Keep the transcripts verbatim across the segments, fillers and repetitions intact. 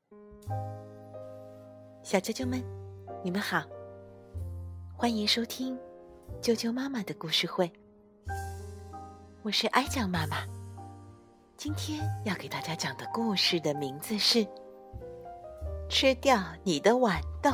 小啾啾们，你们好，欢迎收听啾啾妈妈的故事会。我是哀酱妈妈，今天要给大家讲的故事的名字是《吃掉你的豌豆》。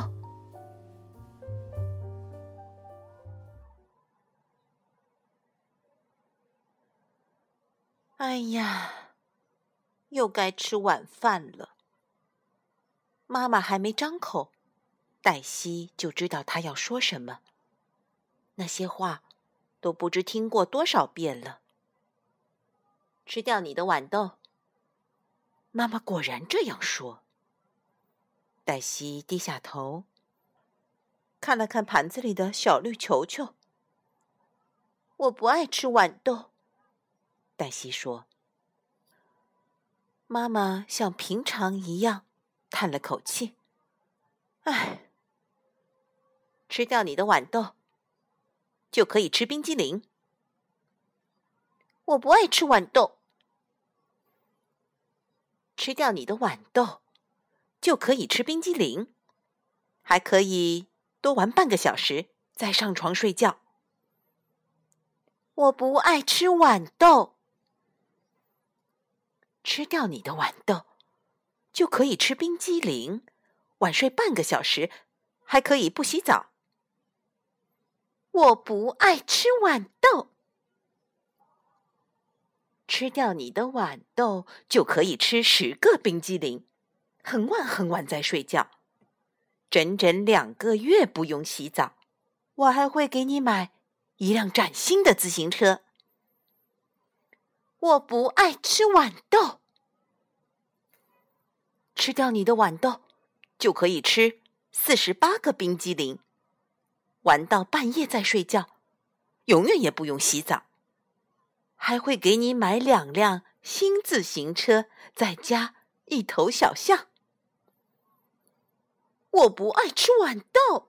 哎呀，又该吃晚饭了。妈妈还没张口，黛西就知道她要说什么。那些话都不知听过多少遍了。吃掉你的豌豆。妈妈果然这样说。黛西低下头，看了看盘子里的小绿球球。我不爱吃豌豆，黛西说。妈妈像平常一样叹了口气。唉，吃掉你的豌豆，就可以吃冰激凌。我不爱吃豌豆。吃掉你的豌豆，就可以吃冰激凌，还可以多玩半个小时，再上床睡觉。我不爱吃豌豆。吃掉你的豌豆，就可以吃冰激凌，晚睡半个小时，还可以不洗澡。我不爱吃豌豆。吃掉你的豌豆，就可以吃十个冰激凌，很晚很晚再睡觉，整整两个月不用洗澡。我还会给你买一辆崭新的自行车。我不爱吃豌豆。吃掉你的豌豆，就可以吃四十八个冰激凌，玩到半夜再睡觉，永远也不用洗澡。还会给你买两辆新自行车，再加一头小象。我不爱吃豌豆。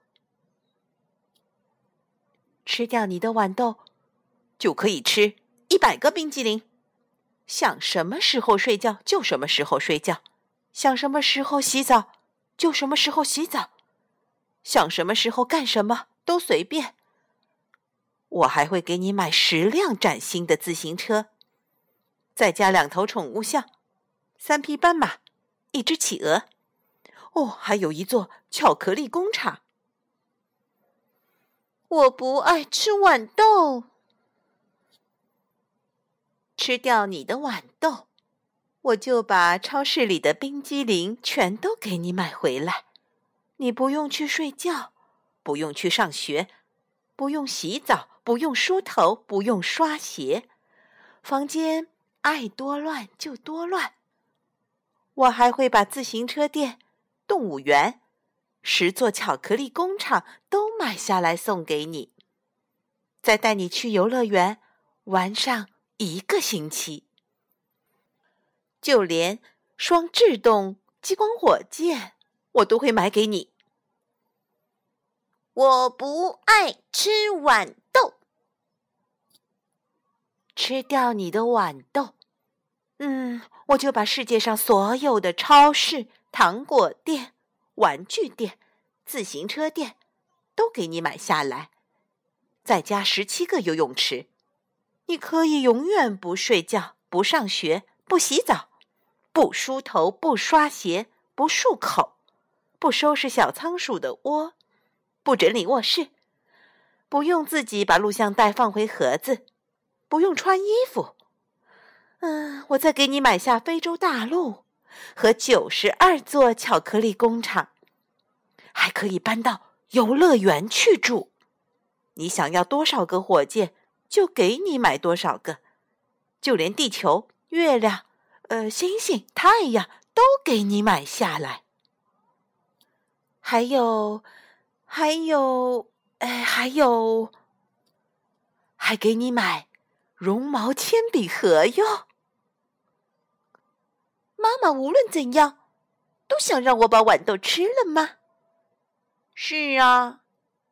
吃掉你的豌豆，就可以吃一百个冰激凌，想什么时候睡觉就什么时候睡觉，想什么时候洗澡就什么时候洗澡，想什么时候干什么都随便。我还会给你买十辆崭新的自行车，再加两头宠物象，三匹斑马，一只企鹅，哦，还有一座巧克力工厂。我不爱吃豌豆。吃掉你的豌豆，我就把超市里的冰激凌全都给你买回来。你不用去睡觉，不用去上学，不用洗澡，不用梳头，不用刷鞋，房间爱多乱就多乱。我还会把自行车店、动物园、十座巧克力工厂都买下来送给你，再带你去游乐园玩上一个星期。就连双制动激光火箭我都会买给你。我不爱吃豌豆。吃掉你的豌豆，嗯，我就把世界上所有的超市、糖果店、玩具店、自行车店都给你买下来，再加十七个游泳池。你可以永远不睡觉，不上学，不洗澡，不梳头，不刷鞋，不漱口，不收拾小仓鼠的窝，不整理卧室，不用自己把录像带放回盒子，不用穿衣服。嗯，我再给你买下非洲大陆和九十二座巧克力工厂，还可以搬到游乐园去住。你想要多少个火箭，就给你买多少个，就连地球、月亮、呃，星星、太阳都给你买下来。还有，还有，哎，还有，还给你买绒毛铅笔盒哟。妈妈无论怎样，都想让我把豌豆吃了吗？是啊。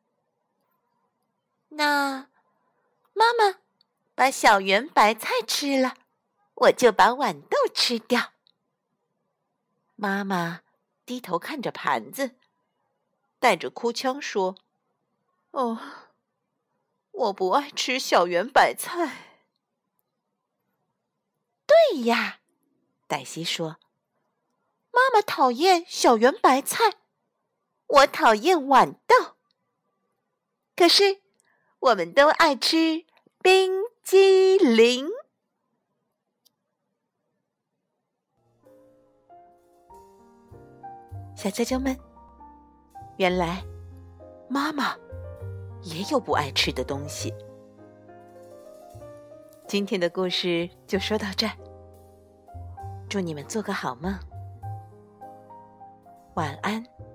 那妈妈把小圆白菜吃了，我就把豌豆吃掉。妈妈低头看着盘子，带着哭腔说：“哦，我不爱吃小圆白菜。”对呀，黛西说：“妈妈讨厌小圆白菜，我讨厌豌豆。可是我们都爱吃冰激凌。”小啾啾们，原来妈妈也有不爱吃的东西。今天的故事就说到这儿，祝你们做个好梦，晚安。